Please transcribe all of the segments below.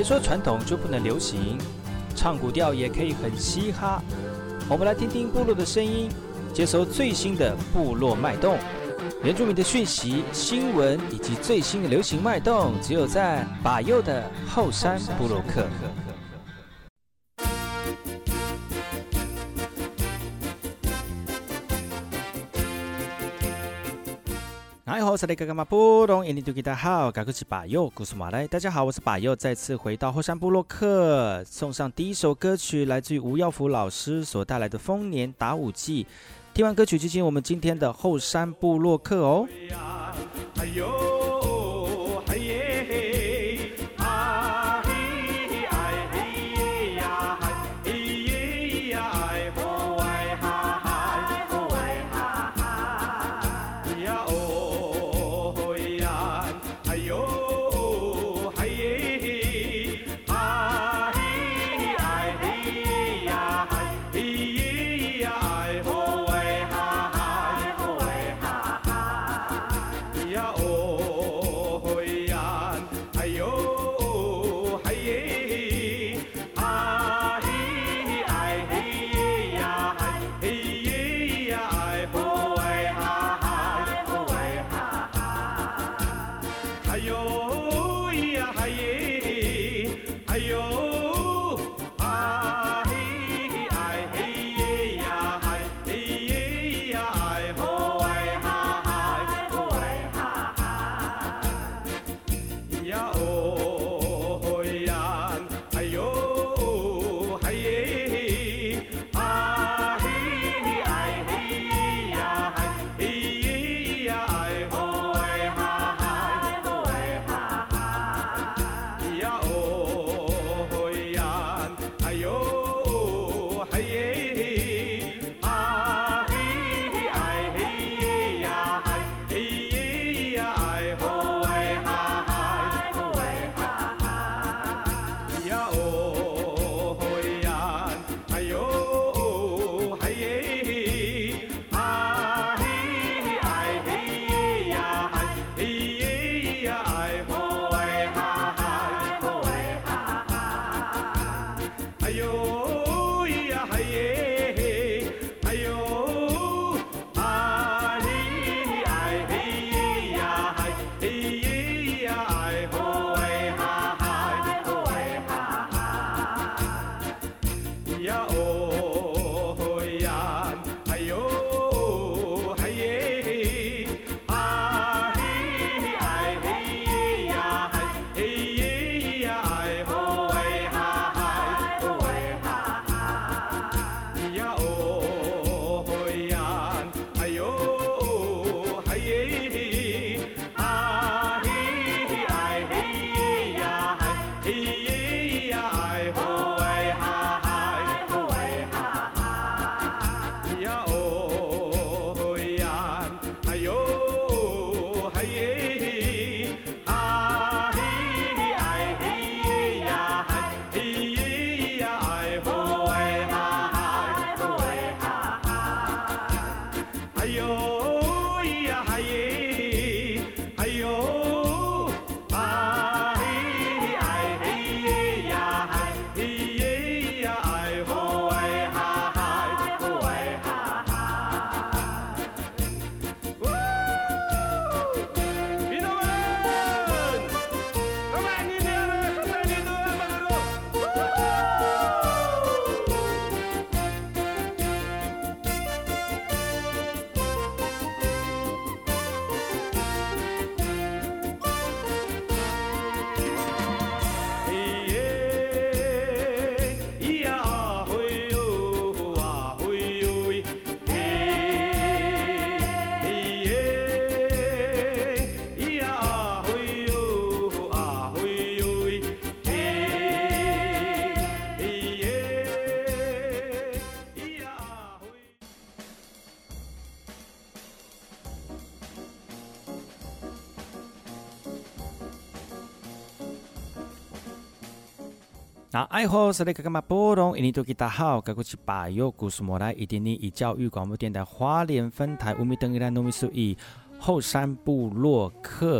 说传统就不能流行，唱古调也可以很嘻哈。我们来听听部落的声音，接收最新的部落脉动，原住民的讯息、新闻以及最新的流行脉动，只有在把右的后山部落客。大家好，我是把右，再次回到后山部落客，送上第一首歌曲，来自于吴耀福老师所带来的《丰年打舞记》。听完歌曲，就进入我们今天的后山部落客哦。那爱好是那个嘛波隆，印尼多吉大好，该过去把右古苏莫来一点以教育广播电台花莲分台乌米登伊兰糯米苏以后山部落客。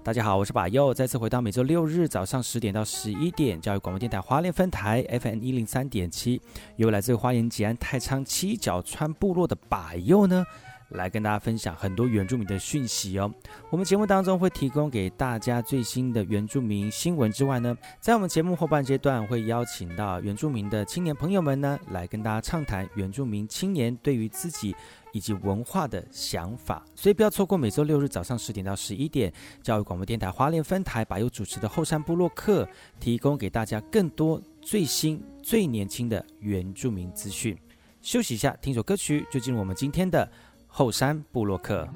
大家好，我是把佑，再次回到每周六日早上10点到11点，教育广播电台花莲分台 FM 103.7，由来自花莲吉安太仓七角川部落的把佑呢，来跟大家分享很多原住民的讯息哦。我们节目当中会提供给大家最新的原住民新闻之外呢，在我们节目后半阶段会邀请到原住民的青年朋友们呢，来跟大家畅谈原住民青年对于自己以及文化的想法，所以不要错过每周六日早上10点到11点，教育广播电台花莲分台把佑主持的后山部落客，提供给大家更多最新最年轻的原住民资讯。休息一下，听首歌曲，就进入我们今天的后山部落客。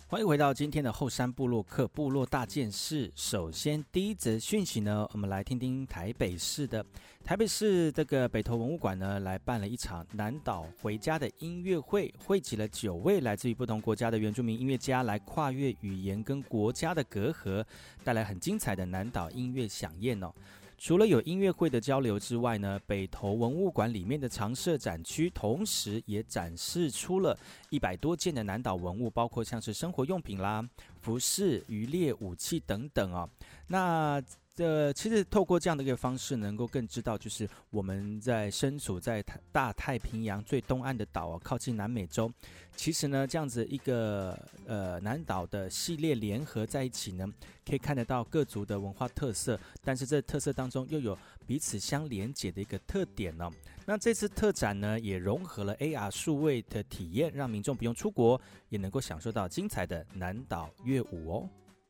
欢迎回到今天的后山部落客部落大件事。首先第一则讯息呢，我们来听听台北市这个北投文物馆呢，来办了一场南岛回家的音乐会，汇集了9位来自于不同国家的原住民音乐家，来跨越语言跟国家的隔阂，带来很精彩的南岛音乐飨宴哦。除了有音乐会的交流之外呢，北投文物馆里面的常设展区同时也展示出了100多件的南岛文物，包括像是生活用品啦、服饰、渔猎武器等等哦。那其实透过这样的一个方式，能够更知道，就是我们在身处在大太平洋最东岸的岛哦，靠近南美洲。其实呢，这样子一个南岛的系列联合在一起呢，可以看得到各族的文化特色，但是这特色当中又有彼此相连结的一个特点哦。那这次特展呢，也融合了 AR 数位的体验，让民众不用出国，也能够享受到精彩的南岛乐舞哦。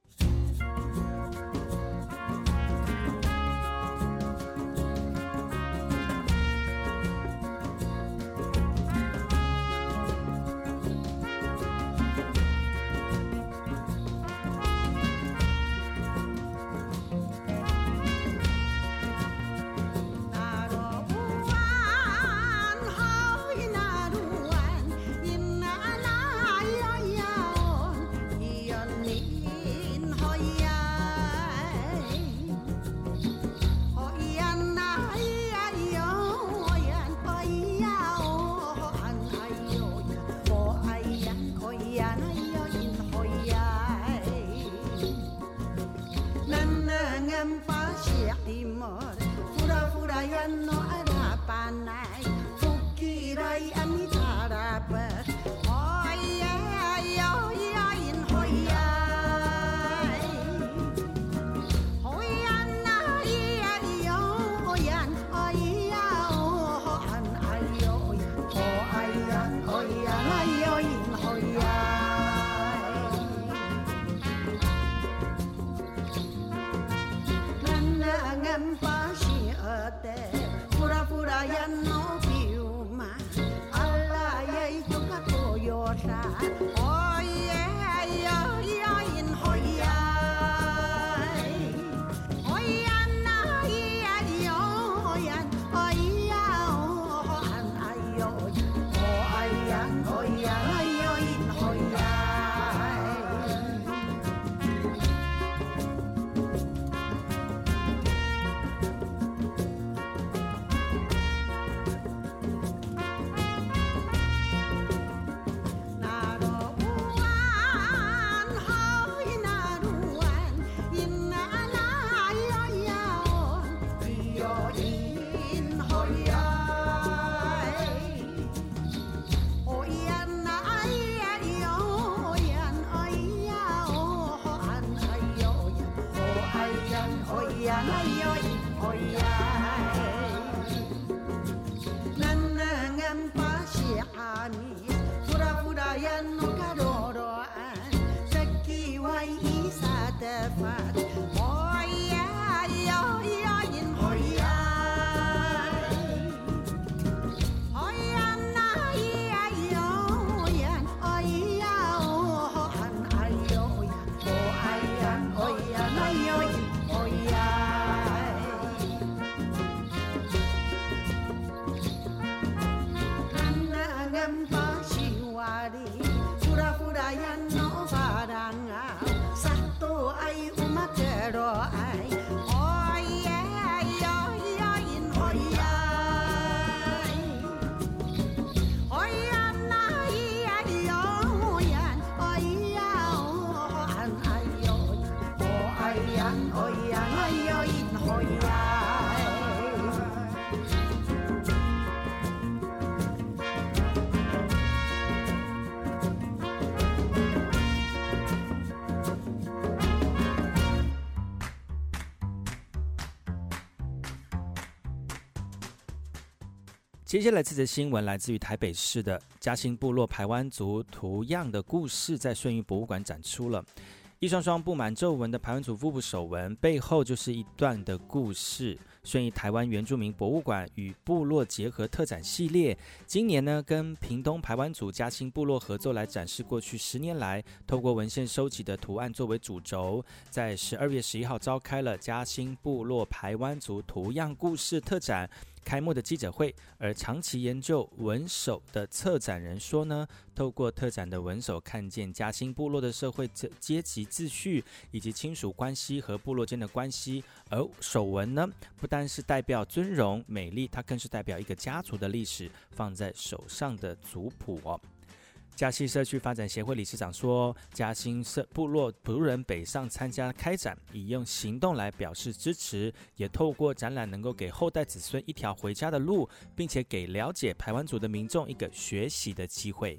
接下来这则新闻来自于台北市的嘉兴部落排湾族图样的故事，在顺运博物馆展出了。一双双布满皱纹的排湾族腹部手纹背后就是一段的故事， 顺应台湾原住民博物馆与部落结合特展系列，今年呢跟屏东排湾族嘉兴部落合作来展示过去10年来透过文献收集的图案作为主轴，在12月11号召开了嘉兴部落排湾族图样故事特展开幕的记者会。而长期研究文手的策展人说呢，透过特展的文手看见嘉兴部落的社会阶级秩序以及亲属关系和部落间的关系，而手纹呢不单是代表尊荣美丽，它更是代表一个家族的历史放在手上的族谱哦。嘉兴社区发展协会理事长说，嘉兴部落族人北上参加开展，以用行动来表示支持，也透过展览能够给后代子孙一条回家的路，并且给了解排湾族的民众一个学习的机会。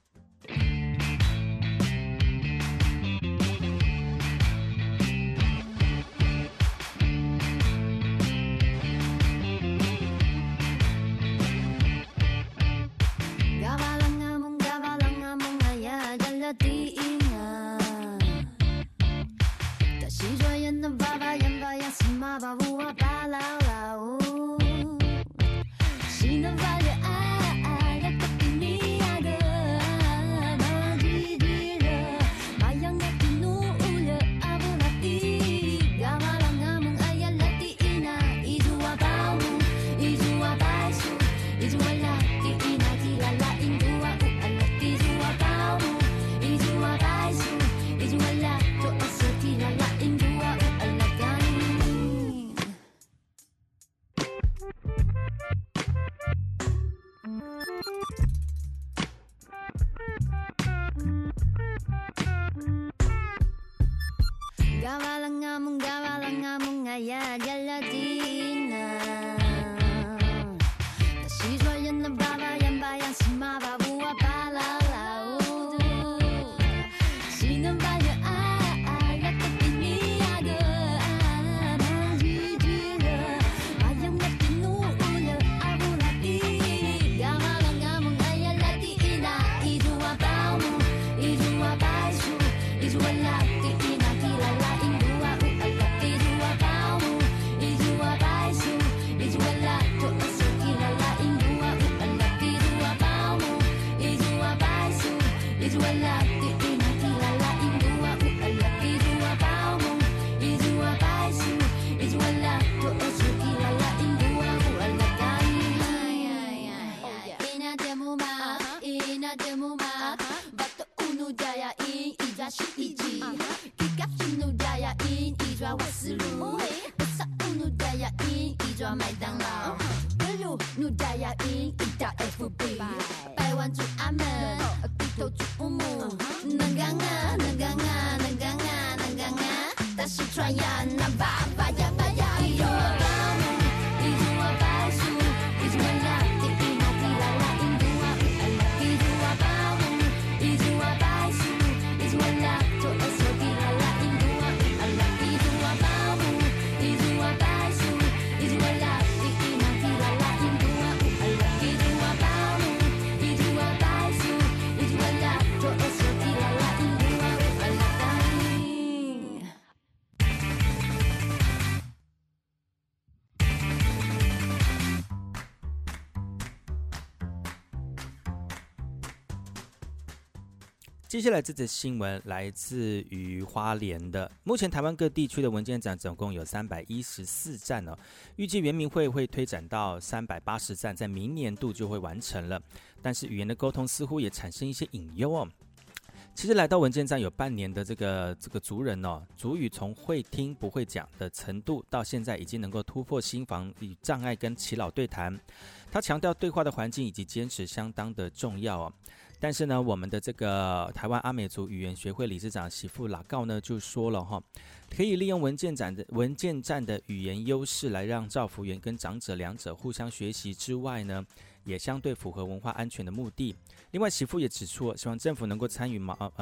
接下来这则新闻来自于花莲的。目前台湾各地区的文件展总共有314站哦，预计原民会推展到380站，在明年度就会完成了。但是语言的沟通似乎也产生一些隐忧哦。其实来到文件站有半年的这个族人哦，族语从会听不会讲的程度，到现在已经能够突破心防与障碍跟耆老对谈。他强调对话的环境以及坚持相当的重要哦。但是呢，我们的这个台湾阿美族语言学会理事长媳妇拉告呢就说了哈，可以利用文件站的语言优势来让照服员跟长者两者互相学习之外呢，也相对符合文化安全的目的。另外，媳妇也指出，希望政府能够参与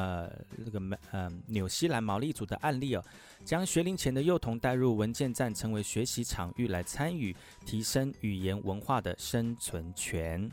纽西兰毛利族的案例哦，将学龄前的幼童带入文件站，成为学习场域来参与，提升语言文化的生存权。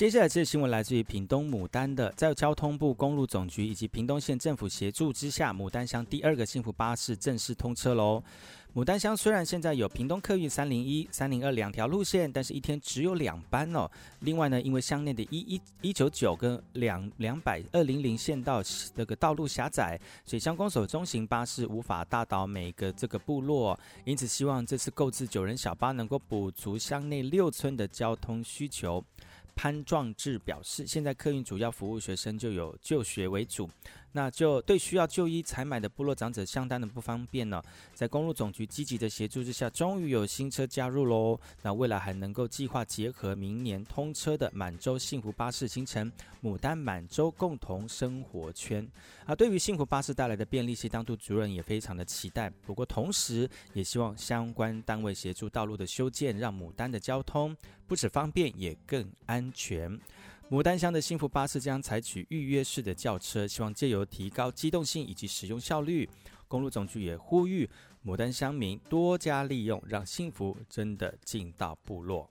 接下来这个新闻来自于屏东牡丹的，在交通部公路总局以及屏东县政府协助之下，牡丹乡第2个幸福巴士正式通车喽。牡丹乡虽然现在有屏东客运301、302两条路线，但是一天只有2班哦。另外呢，因为乡内的199跟200线道这个道路狭窄，所以乡公所中型巴士无法大到每个这个部落，因此希望这次购置9人小巴能够补足乡内6村的交通需求。潘壮志表示，现在客运主要服务学生就有就学为主，那就对需要就医采买的部落长者相当的不方便呢。在公路总局积极的协助之下，终于有新车加入喽。那未来还能够计划结合明年通车的满洲幸福巴士新城牡丹满洲共同生活圈对于幸福巴士带来的便利性，当督主任也非常的期待。不过同时也希望相关单位协助道路的修建，让牡丹的交通不止方便也更安全。牡丹乡的幸福巴士将采取预约式的轿车，希望借由提高机动性以及使用效率。公路总局也呼吁牡丹乡民多加利用，让幸福真的进到部落。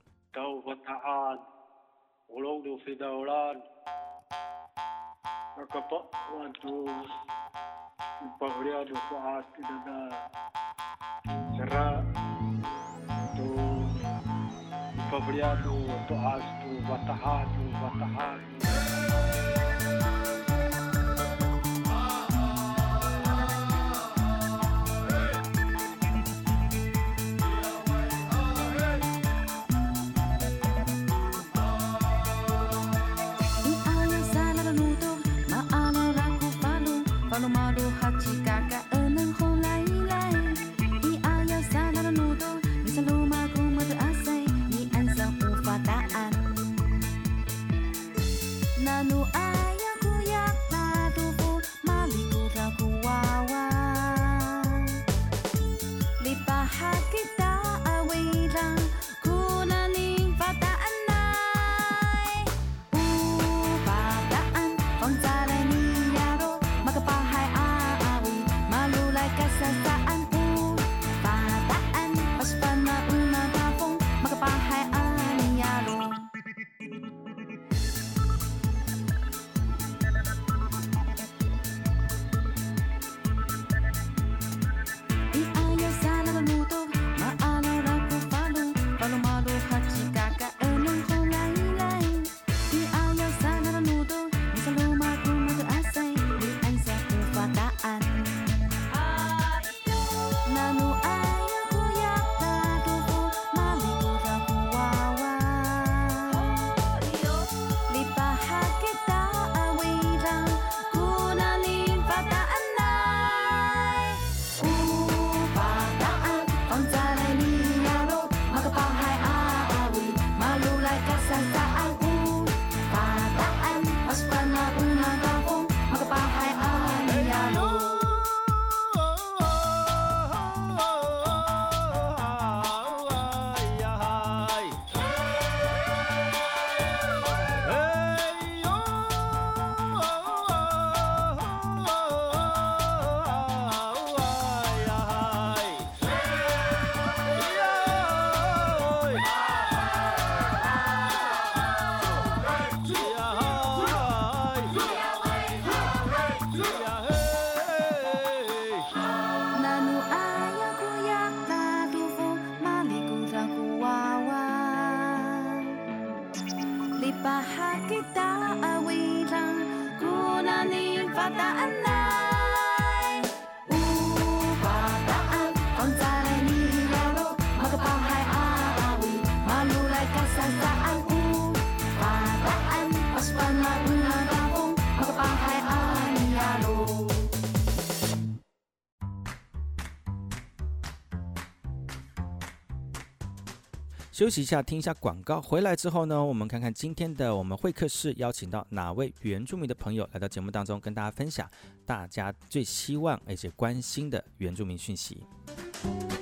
Fabriado, Toasto, Watahado, Watahado. 休息一下，听一下广告。回来之后呢，我们看看今天的我们会客室邀请到哪位原住民的朋友来到节目当中，跟大家分享大家最希望而且关心的原住民讯息。